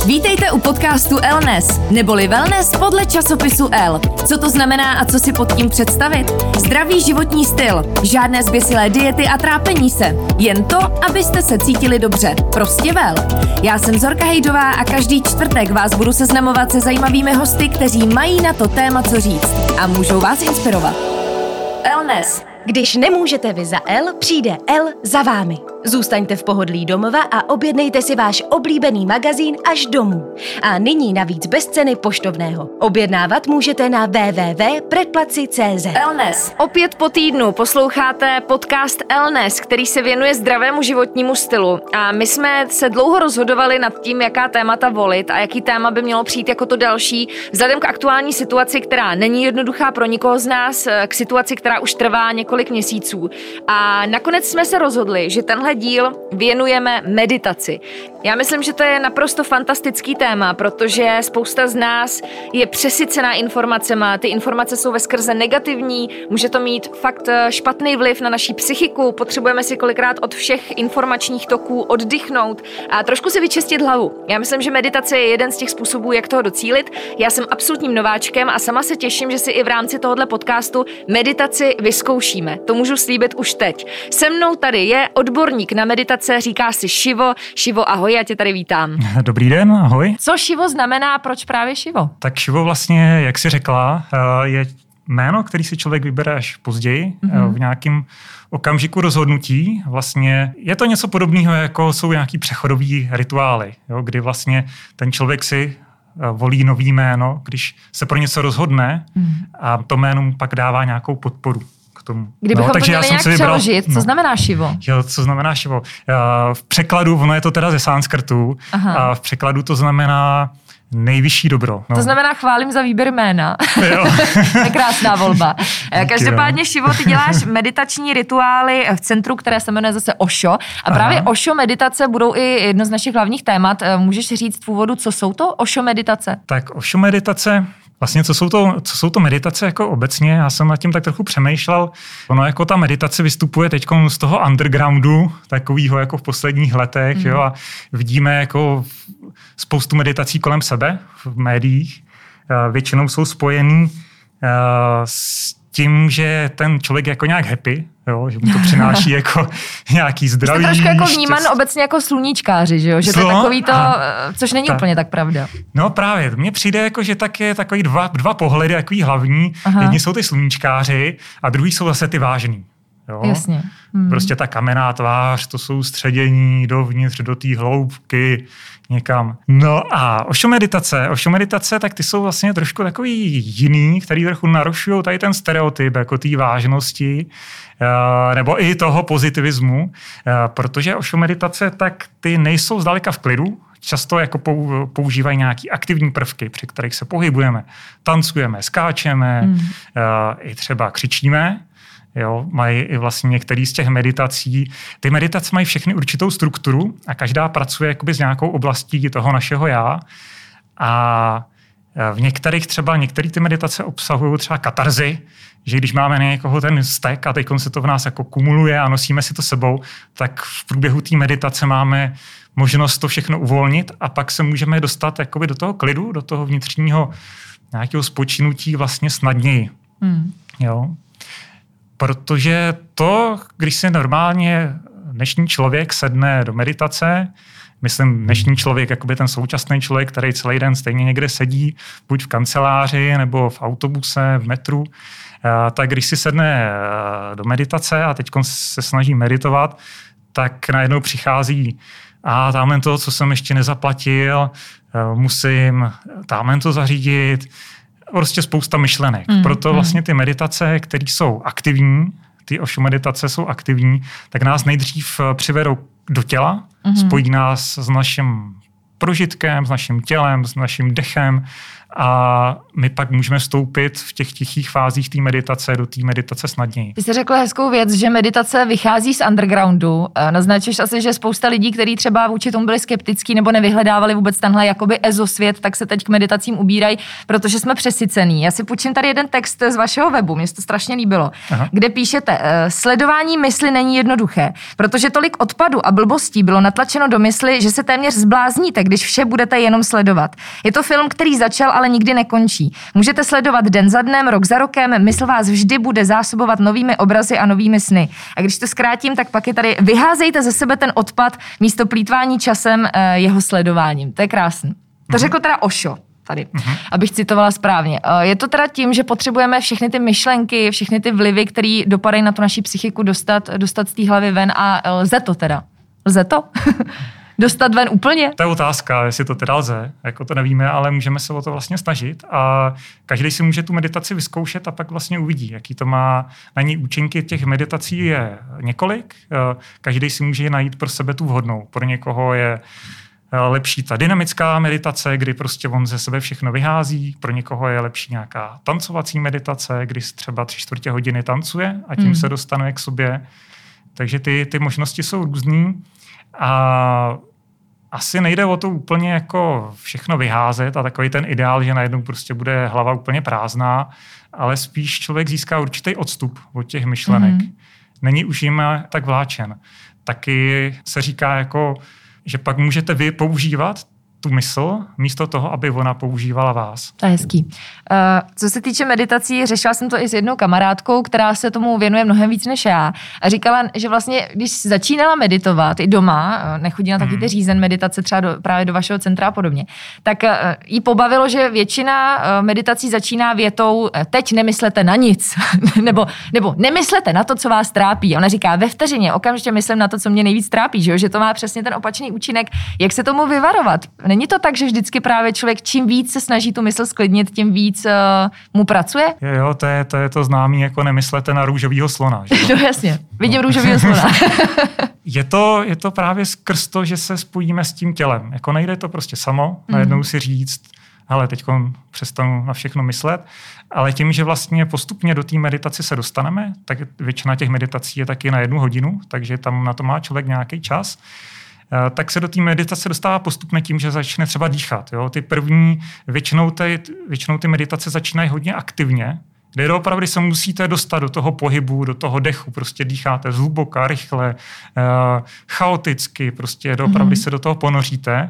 Vítejte u podcastu Elnes, neboli wellness podle časopisu Elle. Co to znamená a co si pod tím představit? Zdravý životní styl, žádné zběsilé diety a trápení se. Jen to, abyste se cítili dobře. Prostě well. Já jsem Zorka Hejdová a každý čtvrtek vás budu seznamovat se zajímavými hosty, kteří mají na to téma co říct a můžou vás inspirovat. Elnes. Když nemůžete vy za El, přijde El za vámi. Zůstaňte v pohodlí domova a objednejte si váš oblíbený magazín až domů. A nyní navíc bez ceny poštovného. Objednávat můžete na www.predplaci.cz. Elnes. Opět po týdnu posloucháte podcast Elnes, který se věnuje zdravému životnímu stylu. A my jsme se dlouho rozhodovali nad tím, jaká témata volit a jaký téma by mělo přijít jako to další, vzhledem k aktuální situaci, která není jednoduchá pro nikoho z nás, k situaci, která už trvá několik měsíců. A nakonec jsme se rozhodli, že tenhle díl věnujeme meditaci. Já myslím, že to je naprosto fantastický téma, protože spousta z nás je přesycená informacema, ty informace jsou veskrze negativní, může to mít fakt špatný vliv na naší psychiku, potřebujeme si kolikrát od všech informačních toků oddychnout a trošku si vyčistit hlavu. Já myslím, že meditace je jeden z těch způsobů, jak toho docílit. Já jsem absolutním nováčkem a sama se těším, že si i v rámci tohohle podcastu meditaci vyzkoušíme. To můžu slíbit už teď. Se mnou tady je odborník na meditace, říká si Šivo. Šivo, ahoj, já tě tady vítám. Dobrý den, ahoj. Co Šivo znamená, proč právě Šivo? Tak Šivo vlastně, jak jsi řekla, je jméno, který si člověk vybere až později, v nějakém okamžiku rozhodnutí. Vlastně je to něco podobného, jako jsou nějaký přechodový rituály, jo, kdy vlastně ten člověk si volí nový jméno, když se pro něco rozhodne a to jméno mu pak dává nějakou podporu. Kdybychom to měli nějak přeložit, co znamená Šivo? Jo, co znamená Šivo? V překladu, ono je to teda ze sanskrtu, a v překladu to znamená nejvyšší dobro. No. To znamená chválím za výběr jména. To je krásná volba. Každopádně, Šivo, ty děláš meditační rituály v centru, které se jmenuje zase Osho. A právě Osho meditace budou i jedno z našich hlavních témat. Můžeš říct v úvodu, co jsou to Osho meditace? Tak Osho meditace, vlastně co jsou to meditace jako obecně, já jsem nad tím tak trochu přemýšlel. Ono jako ta meditace vystupuje teď z toho undergroundu, takového jako v posledních letech, jo, a vidíme jako spoustu meditací kolem sebe v médiích. Většinou jsou spojený s tím, že ten člověk je jako nějak happy, jo, že mu to přináší jako nějaký zdraví. Jste trošku jako vníman obecně jako sluníčkáři, že jo? Že to je takový to, což není úplně tak pravda. No právě, mně přijde jako, že tak je takový dva pohledy, takový hlavní. Jedni jsou ty sluníčkáři a druhý jsou zase ty vážný. Jo? Jasně. Prostě ta kamenná tvář, to soustředění dovnitř, do té hloubky, někam. No a Osho meditace, tak ty jsou vlastně trošku takový jiný, který trochu narušují tady ten stereotyp jako té vážnosti, nebo i toho pozitivismu, protože Osho meditace, tak ty nejsou zdaleka v klidu, často jako používají nějaký aktivní prvky, při kterých se pohybujeme, tancujeme, skáčeme, i třeba křičíme. Jo, mají i vlastně některý z těch meditací. Ty meditace mají všechny určitou strukturu a každá pracuje jakoby s nějakou oblastí toho našeho já. A v některé ty meditace obsahují třeba katarzy, že když máme na někoho ten vztek a teď se to v nás jako kumuluje a nosíme si to sebou, tak v průběhu té meditace máme možnost to všechno uvolnit a pak se můžeme dostat jakoby do toho klidu, do toho vnitřního nějakého spočinutí vlastně snadněji. Jo. Protože to, když se normálně dnešní člověk sedne do meditace, myslím dnešní člověk, jakoby ten současný člověk, který celý den stejně někde sedí, buď v kanceláři nebo v autobuse, v metru, tak když si sedne do meditace a teď se snaží meditovat, tak najednou přichází a tamhle to, co jsem ještě nezaplatil, musím tamhle to zařídit, prostě spousta myšlenek. Proto vlastně ty meditace, které jsou aktivní, ty Osho meditace jsou aktivní, tak nás nejdřív přivedou do těla, spojí nás s naším prožitkem, s naším tělem, s naším dechem a my pak můžeme vstoupit v těch tichých fázích té meditace do té meditace snadněji. Ty jsi řekl hezkou věc, že meditace vychází z undergroundu. Naznačíš asi, že spousta lidí, kteří třeba vůči tomu byli skeptický nebo nevyhledávali vůbec tenhle jakoby ezosvět, tak se teď k meditacím ubírají, protože jsme přesycený. Já si půjčím tady jeden text z vašeho webu, mě se to strašně líbilo, kde píšete: sledování mysli není jednoduché, protože tolik odpadu a blbostí bylo natlačeno do mysli, že se téměř zblázníte, když vše budete jenom sledovat. Je to film, který začal, ale nikdy nekončí. Můžete sledovat den za dnem, rok za rokem, mysl vás vždy bude zásobovat novými obrazy a novými sny. A když to zkrátím, tak pak je tady: vyházejte ze sebe ten odpad místo plýtvání časem jeho sledováním. To je krásný. To řekl teda Osho tady, abych citovala správně. Je to teda tím, že potřebujeme všechny ty myšlenky, všechny ty vlivy, které dopadají na tu naši psychiku, dostat z té hlavy ven, a lze to teda? Lze to? Dostat ven úplně? To je otázka, jestli to teda lze, jako to nevíme, ale můžeme se o to vlastně snažit a každý si může tu meditaci vyzkoušet a pak vlastně uvidí, jaký to má na ní účinky. Těch meditací je několik, každý si může najít pro sebe tu vhodnou. Pro někoho je lepší ta dynamická meditace, kdy prostě on ze sebe všechno vyhází, pro někoho je lepší nějaká tancovací meditace, kdy třeba 3/4 hodiny tancuje a tím se dostane k sobě. Takže ty možnosti jsou různý. A asi nejde o to úplně jako všechno vyházet a takový ten ideál, že najednou prostě bude hlava úplně prázdná, ale spíš člověk získá určitý odstup od těch myšlenek. Není už jim tak vláčen. Taky se říká jako, že pak můžete vy používat tu mysl, místo toho, aby ona používala vás. To je hezký. Co se týče meditací, řešila jsem to i s jednou kamarádkou, která se tomu věnuje mnohem víc než já. A říkala, že vlastně, když začínala meditovat i doma, nechodí na taky ty řízen meditace třeba právě do vašeho centra a podobně, tak jí pobavilo, že většina meditací začíná větou: teď nemyslete na nic, nebo nemyslete na to, co vás trápí. A ona říká: ve vteřině okamžitě myslím na to, co mě nejvíc trápí, že to má přesně ten opačný účinek. Jak se tomu vyvarovat? Není to tak, že vždycky právě člověk čím víc se snaží tu mysl sklidnit, tím víc mu pracuje? Jo, to je to známý, jako nemyslete na růžovýho slona. Že? No jasně, vidím růžovýho slona. Je to právě skrz to, že se spojíme s tím tělem. Jako nejde to prostě samo, najednou si říct: hele, teď přestanu na všechno myslet, ale tím, že vlastně postupně do té meditace se dostaneme, tak většina těch meditací je taky na 1 hodinu, takže tam na to má člověk nějaký čas, tak se do té meditace dostává postupně tím, že začne třeba dýchat. Jo? Ty první, většinou ty meditace začínají hodně aktivně, kde opravdu se musíte dostat do toho pohybu, do toho dechu, prostě dýcháte zhluboka, rychle, chaoticky, prostě opravdu se do toho ponoříte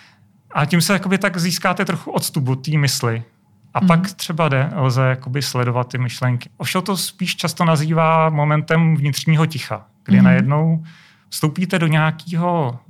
a tím se jakoby tak získáte trochu odstup od té mysli. A pak třeba lze jakoby sledovat ty myšlenky. Osho to spíš často nazývá momentem vnitřního ticha, kdy najednou vstoupíte do nějakého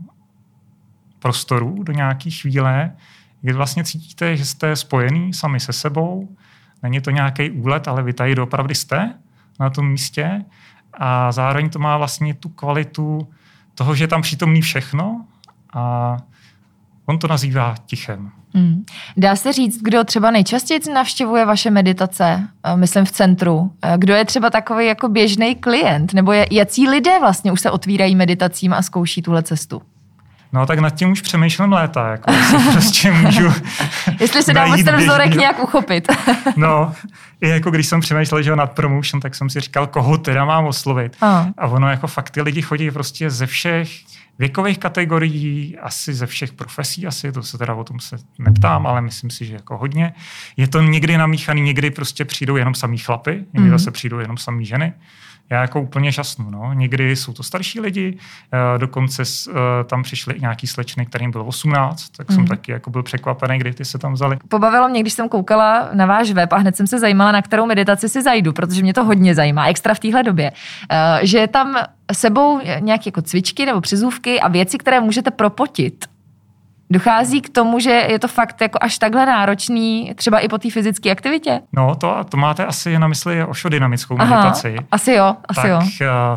prostoru, do nějaké chvíle, kdy vlastně cítíte, že jste spojený sami se sebou. Není to nějaký úlet, ale vy tady opravdu jste na tom místě a zároveň to má vlastně tu kvalitu toho, že je tam přítomný všechno a on to nazývá tichem. Dá se říct, kdo třeba nejčastěji navštěvuje vaše meditace, myslím v centru? Kdo je třeba takový jako běžný klient? Nebo jací lidé vlastně už se otvírají meditacím a zkouší tuhle cestu? No tak nad tím už přemýšlím léta, jako si prostě můžu jestli se dá vůbec ten vzorek nějak uchopit. No, i jako když jsem přemýšlel, že nad promotion, tak jsem si říkal, koho teda mám oslovit. A ono jako fakt ty lidi chodí prostě ze všech věkových kategorií, asi ze všech profesí, asi to se teda o tom se neptám, ale myslím si, že jako hodně. Je to někdy namíchaný, někdy prostě přijdou jenom samý chlapy, někdy zase přijdou jenom samý ženy. Já jako úplně šťastnou. No. Někdy jsou to starší lidi, dokonce tam přišly i nějaký slečny, kterým bylo 18, tak jsem taky jako byl překvapený, kdy ty se tam vzali. Pobavilo mě, když jsem koukala na váš web a hned jsem se zajímala, na kterou meditaci si zajdu, protože mě to hodně zajímá, extra v téhle době. Že je tam sebou nějaké jako cvičky nebo přizůvky a věci, které můžete propotit. Dochází k tomu, že je to fakt jako až takhle náročný, třeba i po té fyzické aktivitě? No, to máte asi na mysli Osho dynamickou meditaci. Asi jo.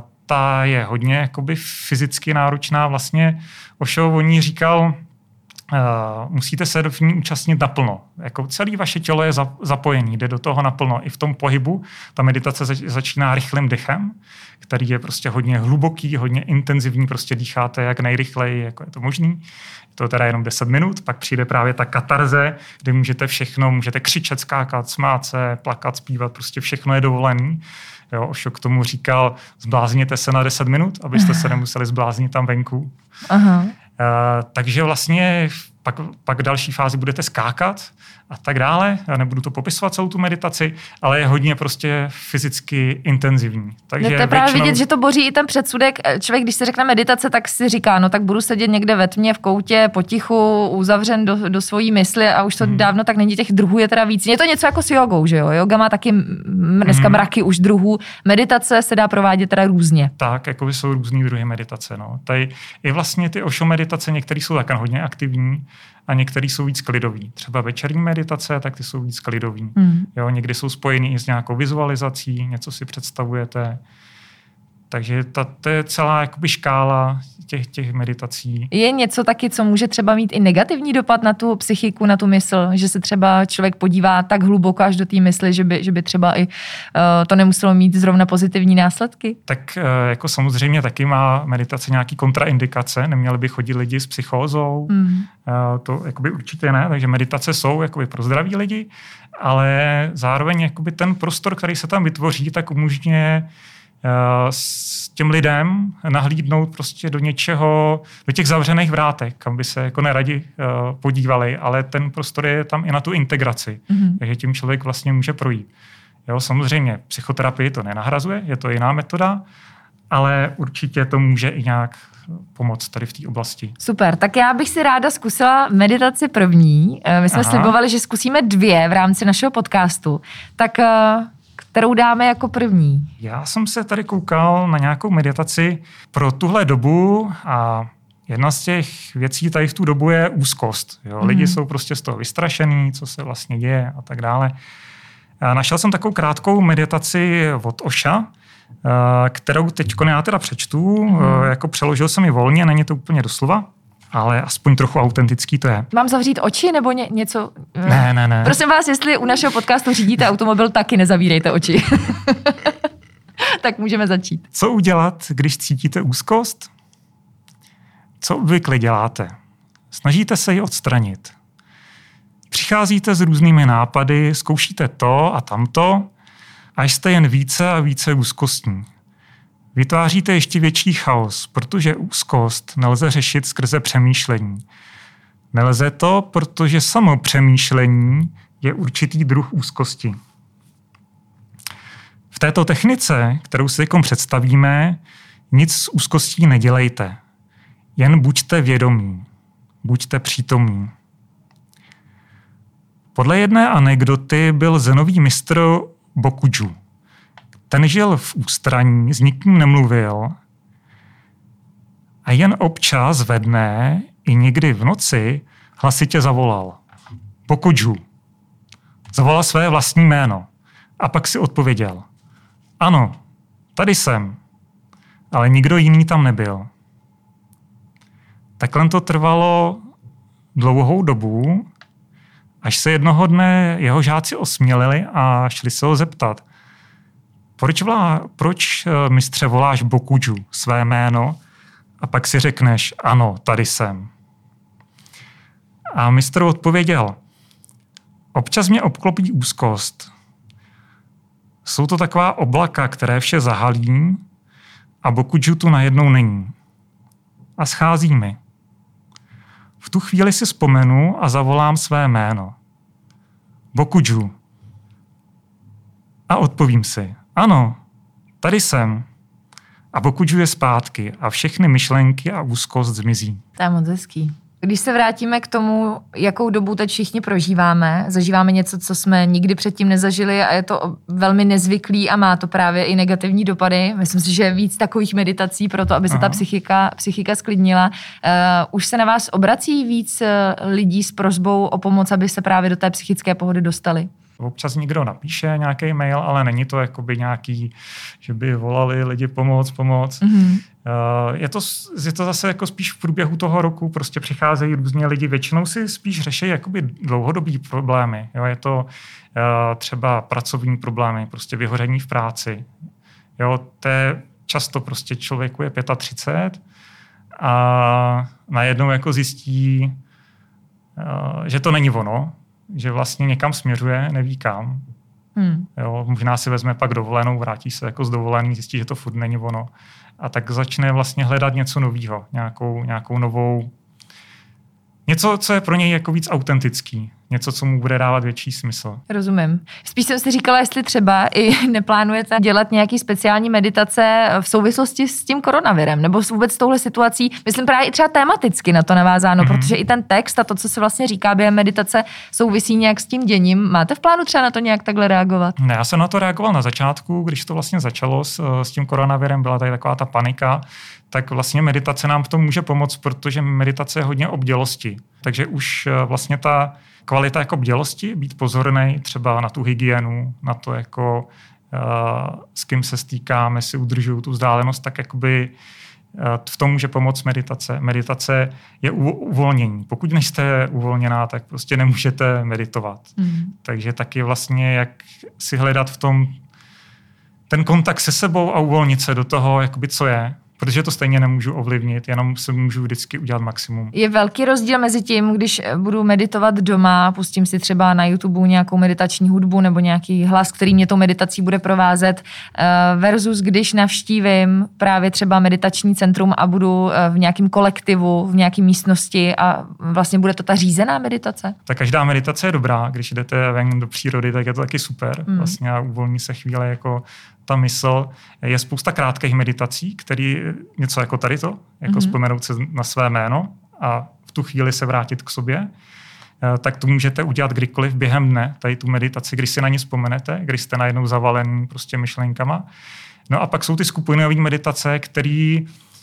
Ta je hodně jakoby fyzicky náročná. Vlastně Osho o ní říkal, musíte se v ní účastnit naplno. Jako celé vaše tělo je zapojené, jde do toho naplno. I v tom pohybu ta meditace začíná rychlým dechem, který je prostě hodně hluboký, hodně intenzivní, prostě dýcháte jak nejrychleji, jako je to možný. To teda jenom 10 minut, pak přijde právě ta katarze, kde můžete všechno, můžete křičet, skákat, smát se, plakat, zpívat, prostě všechno je dovolený. Jo, Osho k tomu říkal, zblázněte se na 10 minut, abyste se nemuseli zbláznit tam venku. Aha. Takže vlastně pak další fázi budete skákat a tak dále. Já nebudu to popisovat celou tu meditaci, ale je hodně prostě fyzicky intenzivní. Takže to je právě vidět, že to boří i ten předsudek. Člověk, když si řekne meditace, tak si říká, no tak budu sedět někde ve tmě, v koutě, potichu, uzavřen do svojí mysli a už to dávno tak není, těch druhů je teda víc. Je to něco jako s jogou, že jo? Yoga má taky dneska mraky už druhů. Meditace se dá provádět teda různě. Tak, jako jsou různý druhy meditace. No. Tady i vlastně ty Osho meditace, některé jsou také hodně aktivní a některé jsou víc klidový. Třeba večerní meditace, tak ty jsou víc klidový. Jo, někdy jsou spojený i s nějakou vizualizací, něco si představujete. Takže to je celá jakoby škála těch meditací. Je něco taky, co může třeba mít i negativní dopad na tu psychiku, na tu mysl, že se třeba člověk podívá tak hluboko až do té mysli, že by třeba i to nemuselo mít zrovna pozitivní následky? Tak jako samozřejmě taky má meditace nějaký kontraindikace, neměli by chodit lidi s psychózou, to jakoby určitě ne, takže meditace jsou jakoby pro zdraví lidi, ale zároveň jakoby ten prostor, který se tam vytvoří, tak umožňuje s těm lidem nahlídnout prostě do něčeho, do těch zavřených vrátek, kam by se jako neradi podívali, ale ten prostor je tam i na tu integraci, takže tím člověk vlastně může projít. Jo, samozřejmě psychoterapii to nenahrazuje, je to jiná metoda, ale určitě to může i nějak pomoct tady v té oblasti. Super, tak já bych si ráda zkusila meditaci první. My jsme slibovali, že zkusíme 2 v rámci našeho podcastu. Tak kterou dáme jako první? Já jsem se tady koukal na nějakou meditaci pro tuhle dobu a jedna z těch věcí tady v tu dobu je úzkost. Jo? Lidi jsou prostě z toho vystrašený, co se vlastně děje a tak dále. A našel jsem takovou krátkou meditaci od Osha, kterou teď já teda přečtu, jako přeložil jsem ji volně, není to úplně doslova, ale aspoň trochu autentický to je. Mám zavřít oči nebo něco? Ne. Prosím vás, jestli u našeho podcastu řídíte automobil, taky nezavírejte oči. Tak můžeme začít. Co udělat, když cítíte úzkost? Co obvykle děláte? Snažíte se ji odstranit. Přicházíte s různými nápady, zkoušíte to a tamto, až jste jen více a více úzkostní. Vytváříte ještě větší chaos, protože úzkost nelze řešit skrze přemýšlení. Nelze to, protože samo přemýšlení je určitý druh úzkosti. V této technice, kterou si teď představíme, nic s úzkostí nedělejte. Jen buďte vědomí, buďte přítomní. Podle jedné anekdoty byl zenový mistr Bokudžu. Ten žil v ústraní, s nikým nemluvil a jen občas ve dne i někdy v noci hlasitě zavolal. Bokudžu. Zavolal své vlastní jméno a pak si odpověděl. Ano, tady jsem, ale nikdo jiný tam nebyl. Takhle to trvalo dlouhou dobu, až se jednoho dne jeho žáci osmělili a šli se ho zeptat. Proč mistře voláš Bokudžu, své jméno, a pak si řekneš, ano, tady jsem. A mistr odpověděl, občas mě obklopí úzkost. Jsou to taková oblaka, které vše zahalí a Bokudžu tu najednou není. A schází mi. V tu chvíli si vzpomenu a zavolám své jméno. Bokudžu. A odpovím si, ano, tady jsem. A Bokudžu je zpátky a všechny myšlenky a úzkost zmizí. To je moc hezký. Když se vrátíme k tomu, jakou dobu teď všichni prožíváme, zažíváme něco, co jsme nikdy předtím nezažili a je to velmi nezvyklý a má to právě i negativní dopady. Myslím si, že je víc takových meditací pro to, aby se ta psychika sklidnila. Už se na vás obrací víc lidí s prosbou o pomoc, aby se právě do té psychické pohody dostali? Občas někdo napíše nějaký mail, ale není to jakoby nějaký, že by volali lidi pomoc. Je to zase jako spíš v průběhu toho roku, prostě přicházejí různě lidi, většinou si spíš řeší jakoby dlouhodobý problémy. Jo? Je to třeba pracovní problémy, prostě vyhoření v práci. Jo? To je často prostě člověku je 35 a najednou jako zjistí, že to není ono, že vlastně někam směřuje, neví kam. Jo, možná si vezme pak dovolenou, vrátí se jako z dovolený, zjistí, že to furt není ono. A tak začne vlastně hledat něco nového, nějakou novou, něco, co je pro něj jako víc autentický. Něco, co mu bude dávat větší smysl. Rozumím. Spíš jsem si říkala, jestli třeba i neplánujete dělat nějaký speciální meditace v souvislosti s tím koronavirem, nebo vůbec s touhle situací, myslím právě i třeba tematicky na to navázáno, protože i ten text a to, co se vlastně říká během meditace, souvisí nějak s tím děním. Máte v plánu třeba na to nějak takhle reagovat? Ne, já jsem na to reagoval na začátku, když to vlastně začalo s tím koronavirem, byla tady taková ta panika, tak vlastně meditace nám v tom může pomoct, protože meditace je hodně o bdělosti. Takže už vlastně ta kvalita jako bdělosti, být pozornej třeba na tu hygienu, na to, jako, s kým se stýkám, jestli udržuju tu vzdálenost, tak jakoby v tom může pomoct meditace. Meditace je uvolnění. Pokud nejste uvolněná, tak prostě nemůžete meditovat. Takže taky vlastně, jak si hledat v tom ten kontakt se sebou a uvolnit se do toho, jakoby, co je. Protože to stejně nemůžu ovlivnit, jenom se můžu vždycky udělat maximum. Je velký rozdíl mezi tím, když budu meditovat doma, pustím si třeba na YouTube nějakou meditační hudbu nebo nějaký hlas, který mě tou meditací bude provázet, versus když navštívím právě třeba meditační centrum a budu v nějakém kolektivu, v nějaké místnosti a vlastně bude to ta řízená meditace? Tak každá meditace je dobrá, když jdete ven do přírody, tak je to taky super. Vlastně a uvolní se chvíle jako ta mysl. Je spousta krátkých meditací, který něco jako tady to, jako vzpomenout se na své jméno a v tu chvíli se vrátit k sobě, tak to můžete udělat kdykoliv během dne, tady tu meditaci, když si na ní vzpomenete, když jste najednou zavalený prostě myšlenkama. No a pak jsou ty skupinové meditace, které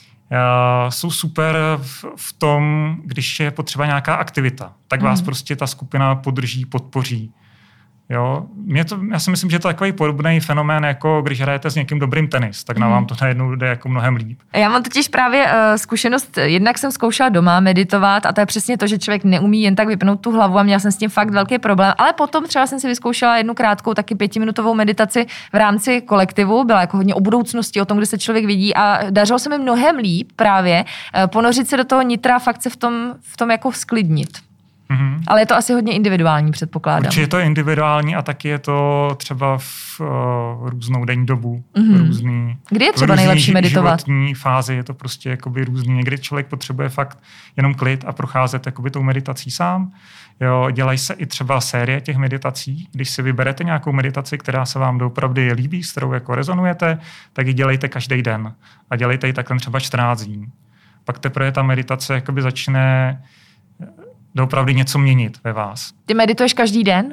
jsou super v tom, když je potřeba nějaká aktivita, tak vás prostě ta skupina podrží, podpoří. Jo, já si myslím, že to je takový podobný fenomén, jako když hrajete s někým dobrým tenis, tak na vám to najednou jde jako mnohem líp. Já mám totiž právě zkušenost, jednak jsem zkoušela doma meditovat a to je přesně to, že člověk neumí jen tak vypnout tu hlavu a měla jsem s tím fakt velký problém, ale potom třeba jsem si vyzkoušela jednu krátkou, taky 5minutovou meditaci v rámci kolektivu, byla jako hodně o budoucnosti, o tom, kde se člověk vidí a dařilo se mi mnohem líp právě ponořit se do toho nitra, fakt se v tom jako sklidnit. Ale je to asi hodně individuální, předpokládám. Určitě je to individuální a taky je to třeba v různou denní dobu. Různý, kdy je třeba nejlepší meditovat? V životní fázi je to prostě jakoby různý. Někdy člověk potřebuje fakt jenom klid a procházet jakoby tou meditací sám. Jo, dělají se i třeba série těch meditací. Když si vyberete nějakou meditaci, která se vám doopravdy líbí, s kterou jako rezonujete, tak ji dělejte každý den. A dělejte ji takhle třeba 14 dní. Pak teprve ta meditace jakoby začne doopravdy něco měnit ve vás. Ty medituješ každý den?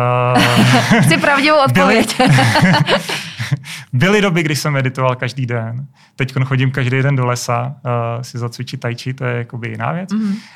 Chci pravdivou odpověď. Byly doby, kdy jsem meditoval každý den. Teď chodím každý den do lesa si zacvičit tai chi, to je jakoby jiná věc.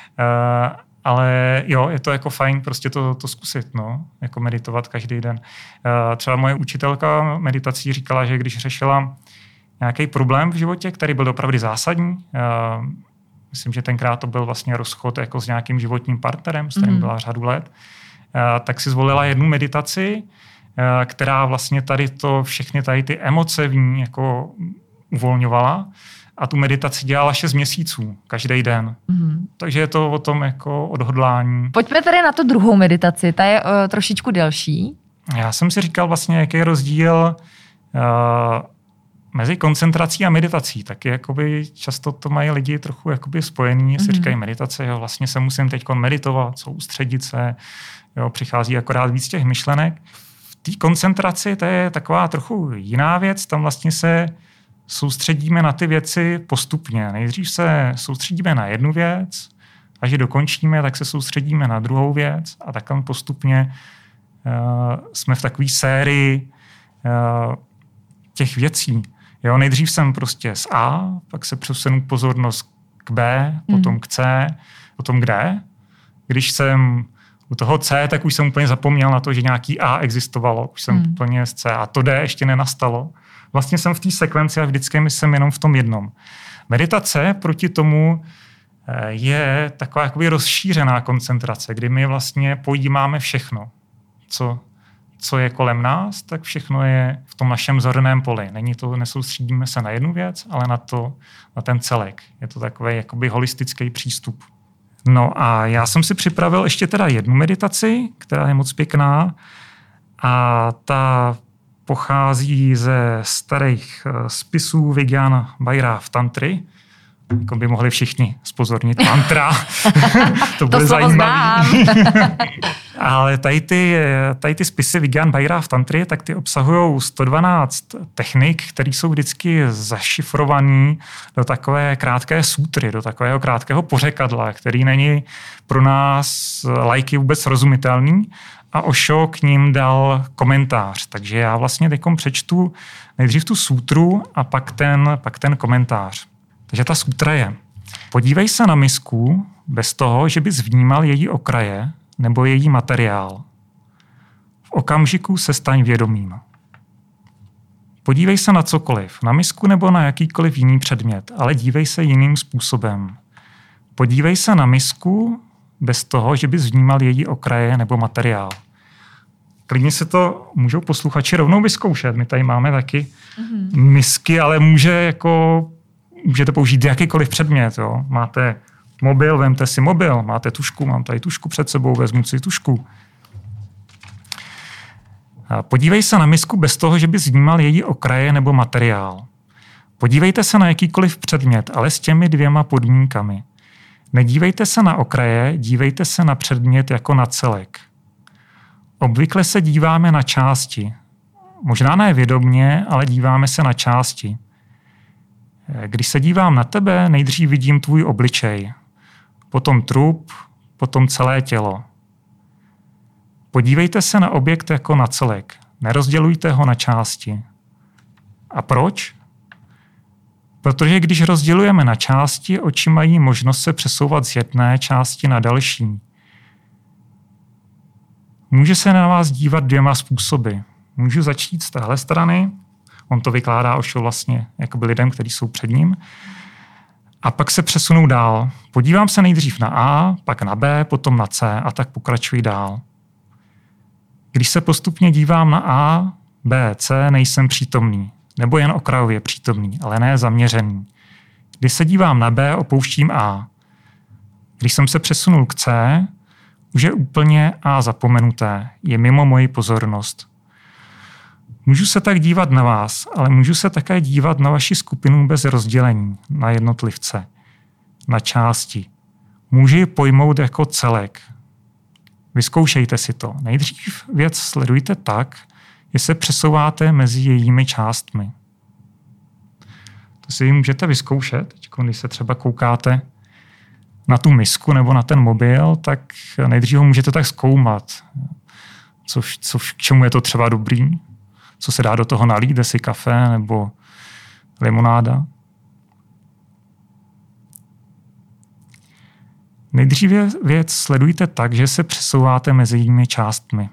Ale jo, je to jako fajn prostě to zkusit, no, jako meditovat každý den. Třeba moje učitelka meditací říkala, že když řešila nějaký problém v životě, který byl opravdu zásadní, myslím, že tenkrát to byl vlastně rozchod jako s nějakým životním partnerem, s kterým byla řadu let, tak si zvolila jednu meditaci, která vlastně tady to, všechny tady ty emoce v ní jako uvolňovala a tu meditaci dělala 6 měsíců, každý den. Takže je to o tom jako odhodlání. Pojďme tady na tu druhou meditaci, ta je trošičku delší. Já jsem si říkal vlastně, jaký je rozdíl mezi koncentrací a meditací. Taky jakoby často to mají lidi trochu jakoby spojený, si říkají meditace, jo, vlastně se musím teď meditovat, soustředit se, jo, přichází akorát víc těch myšlenek. V té koncentraci to je taková trochu jiná věc, tam vlastně se soustředíme na ty věci postupně. Nejdřív se soustředíme na jednu věc, až ji dokončíme, tak se soustředíme na druhou věc a tak tam postupně jsme v takové sérii těch věcí. Jo, nejdřív jsem prostě z A, pak se přesunu pozornost k B, potom k C, potom k D. Když jsem u toho C, tak už jsem úplně zapomněl na to, že nějaký A existovalo. Už jsem úplně z C a to D ještě nenastalo. Vlastně jsem v té sekvenci a vždycky jsem jenom v tom jednom. Meditace proti tomu je taková jakoby rozšířená koncentrace, kdy my vlastně pojímáme všechno, co je kolem nás, tak všechno je v tom našem zorném poli. Nesoustředíme se na jednu věc, ale na ten celek. Je to takový jakoby holistický přístup. No a já jsem si připravil ještě teda jednu meditaci, která je moc pěkná a ta pochází ze starých spisů Vijnana Bhairava tantry. Jako by mohli všichni zpozornit mantra. To bude zajímavé. Ale tady ty spisy Vijnana Bhairava tantry, tak ty obsahují 112 technik, které jsou vždycky zašifrované do takové krátké sutry, do takového krátkého pořekadla, který není pro nás laiky vůbec srozumitelný. A Osho k ním dal komentář. Takže já vlastně teďkom přečtu nejdřív tu sutru a pak ten komentář. Takže ta sutra je: podívej se na misku bez toho, že bys vnímal její okraje nebo její materiál. V okamžiku se staň vědomým. Podívej se na cokoliv, na misku nebo na jakýkoliv jiný předmět, ale dívej se jiným způsobem. Podívej se na misku bez toho, že bys vnímal její okraje nebo materiál. Klidně se to můžou posluchači rovnou vyzkoušet. My tady máme taky misky, ale můžete použít jakýkoliv předmět. Jo. Máte mobil, vemte si mobil, máte tužku, mám tady tužku před sebou, vezmu si tužku. Podívej se na misku bez toho, že bys vnímal její okraje nebo materiál. Podívejte se na jakýkoliv předmět, ale s těmi 2 podmínkami. Nedívejte se na okraje, dívejte se na předmět jako na celek. Obvykle se díváme na části. Možná ne vědomně, ale díváme se na části. Když se dívám na tebe, nejdřív vidím tvůj obličej, potom trup, potom celé tělo. Podívejte se na objekt jako na celek. Nerozdělujte ho na části. A proč? Protože když rozdělujeme na části, oči mají možnost se přesouvat z jedné části na další. Může se na vás dívat 2 způsoby. Můžu začít z téhle strany, on to vykládá Osho vlastně jakoby lidem, kteří jsou před ním, a pak se přesunu dál. Podívám se nejdřív na A, pak na B, potom na C a tak pokračuji dál. Když se postupně dívám na A, B, C, nejsem přítomný, nebo jen okrajově přítomný, ale ne zaměřený. Když se dívám na B, opouštím A. Když jsem se přesunul k C, už je úplně A zapomenuté, je mimo moji pozornost. Můžu se tak dívat na vás, ale můžu se také dívat na vaši skupinu bez rozdělení, na jednotlivce, na části. Můžu ji pojmout jako celek. Vyzkoušejte si to. Nejdřív věc sledujte tak, že se přesouváte mezi jejími částmi. To si můžete vyzkoušet, když se třeba koukáte na tu misku nebo na ten mobil, tak nejdřív ho můžete tak zkoumat. K čemu je to třeba dobrý? Co se dá do toho nalít, si kafe nebo limonáda? Nejdříve věc sledujte tak, že se přesouváte mezi jejími částmi.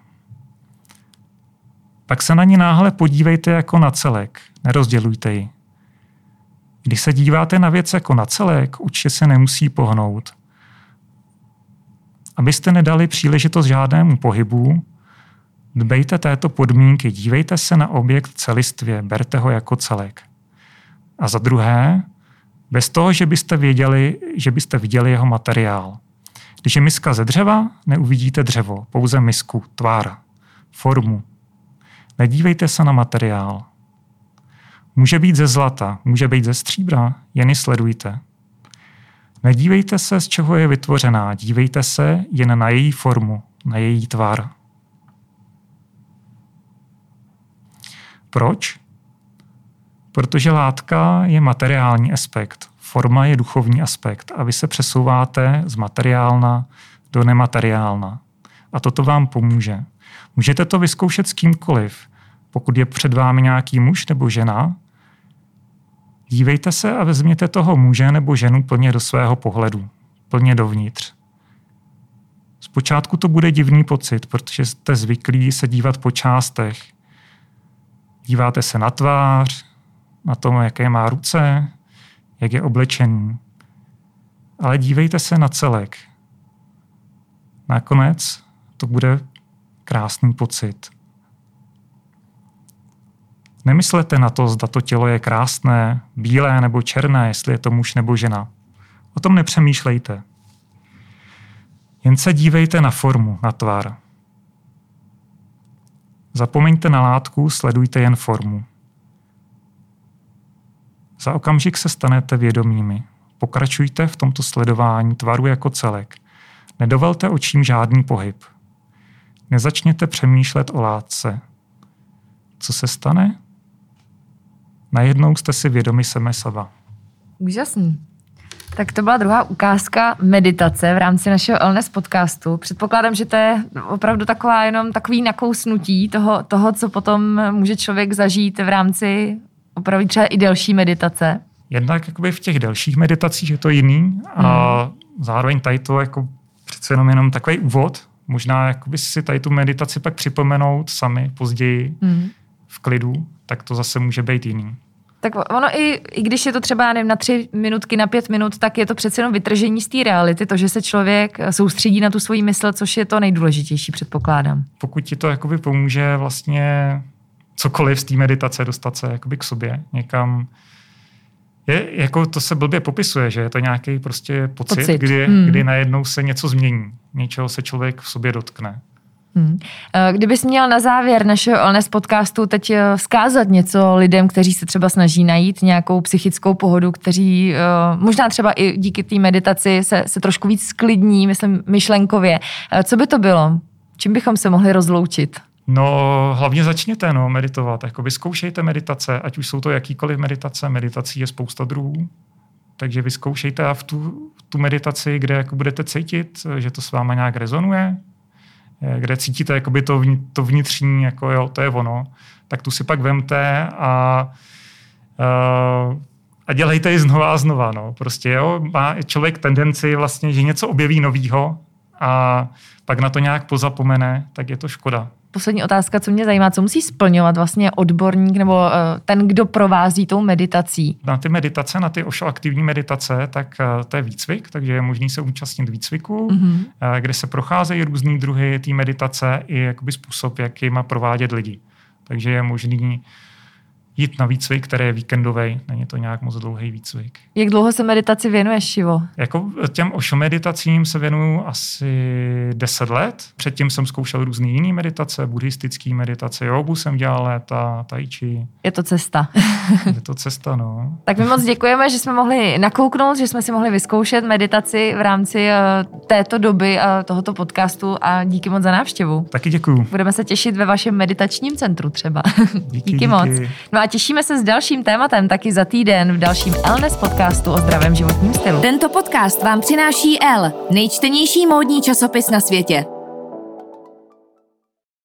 Pak se na ní náhle podívejte jako na celek, nerozdělujte ji. Když se díváte na věc jako na celek, určitě se nemusí pohnout. Abyste nedali příležitost žádnému pohybu, dbejte této podmínky, dívejte se na objekt celistvě, berte ho jako celek. A za druhé, bez toho, že byste viděli jeho materiál. Když je miska ze dřeva, neuvidíte dřevo, pouze misku, tvar, formu. Nedívejte se na materiál. Může být ze zlata, může být ze stříbra, jen ji sledujte. Nedívejte se, z čeho je vytvořená, dívejte se jen na její formu, na její tvar. Proč? Protože látka je materiální aspekt, forma je duchovní aspekt a vy se přesouváte z materiálna do nemateriálna. A toto vám pomůže. Můžete to vyzkoušet s kýmkoliv. Pokud je před vámi nějaký muž nebo žena, dívejte se a vezměte toho muže nebo ženu plně do svého pohledu, plně dovnitř. Zpočátku to bude divný pocit, protože jste zvyklí se dívat po částech. Díváte se na tvář, na tom, jaké má ruce, jak je oblečený, ale dívejte se na celek. Nakonec to bude krásný pocit. Nemyslete na to, zda to tělo je krásné, bílé nebo černé, jestli je to muž nebo žena. O tom nepřemýšlejte. Jen se dívejte na formu, na tvar. Zapomeňte na látku, sledujte jen formu. Za okamžik se stanete vědomými. Pokračujte v tomto sledování tvaru jako celek. Nedovolte očím žádný pohyb. Nezačněte přemýšlet o látce. Co se stane? Najednou jste si vědomi sebe. Úžasný. Tak to byla druhá ukázka meditace v rámci našeho Wellness podcastu. Předpokládám, že to je opravdu takový nakousnutí toho, co potom může člověk zažít v rámci opravdu třeba i delší meditace. Jednak jakoby v těch delších meditacích je to jiný a zároveň tady to jako přece jenom takový úvod. Možná jakoby si tady tu meditaci pak připomenout sami později v klidu, tak to zase může být jiný. Tak ono i když je to třeba na 3 minutky, na 5 minut, tak je to přece jenom vytržení z té reality, to, že se člověk soustředí na tu svoji mysl, což je to nejdůležitější, předpokládám. Pokud ti to jakoby pomůže vlastně cokoliv z té meditace dostat se jakoby k sobě někam, jako to se blbě popisuje, že je to nějaký prostě pocit. Kdy najednou se něco změní, něčeho se člověk v sobě dotkne. Kdybys měl na závěr našeho Wellness podcastu teď vzkázat něco lidem, kteří se třeba snaží najít nějakou psychickou pohodu, kteří možná třeba i díky té meditaci se trošku víc sklidní, myslím myšlenkově. Co by to bylo? Čím bychom se mohli rozloučit? No, hlavně začněte meditovat. Vyzkoušejte meditace, ať už jsou to jakýkoliv meditace. Meditací je spousta druhů. Takže vyzkoušejte a v tu meditaci, kde budete cítit, že to s váma nějak rezonuje, kde cítíte to vnitřní, to je ono, tak tu si pak vemte a dělejte ji znova a znova. Prostě má člověk tendenci vlastně, že něco objeví novýho a pak na to nějak pozapomene, tak je to škoda. Poslední otázka, co mě zajímá, co musí splňovat vlastně odborník nebo ten, kdo provází tou meditací? Na ty meditace, na ty Osho aktivní meditace, tak to je výcvik, takže je možný se účastnit výcviku, kde se procházejí různý druhy té meditace i způsob, jak jim provádět lidi. Takže je možný jít na výcvik, který je víkendový, není to nějak moc dlouhý výcvik. Jak dlouho se meditaci věnuješ, Šivo? Těm Osho meditacím se věnuju asi 10 let. Předtím jsem zkoušel různé jiné meditace, buddhistické meditace, jogu jsem dělal léta, tai chi. Je to cesta. Je to cesta, no. Tak my moc děkujeme, že jsme mohli nakouknout, že jsme si mohli vyzkoušet meditaci v rámci této doby a tohoto podcastu a díky moc za návštěvu. Taky děkuju. Budeme se těšit ve vašem meditačním centru třeba. Díky moc. No a těšíme se s dalším tématem taky za týden v dalším Wellness podcastu o zdravém životním stylu. Tento podcast vám přináší Elle, nejčtenější módní časopis na světě.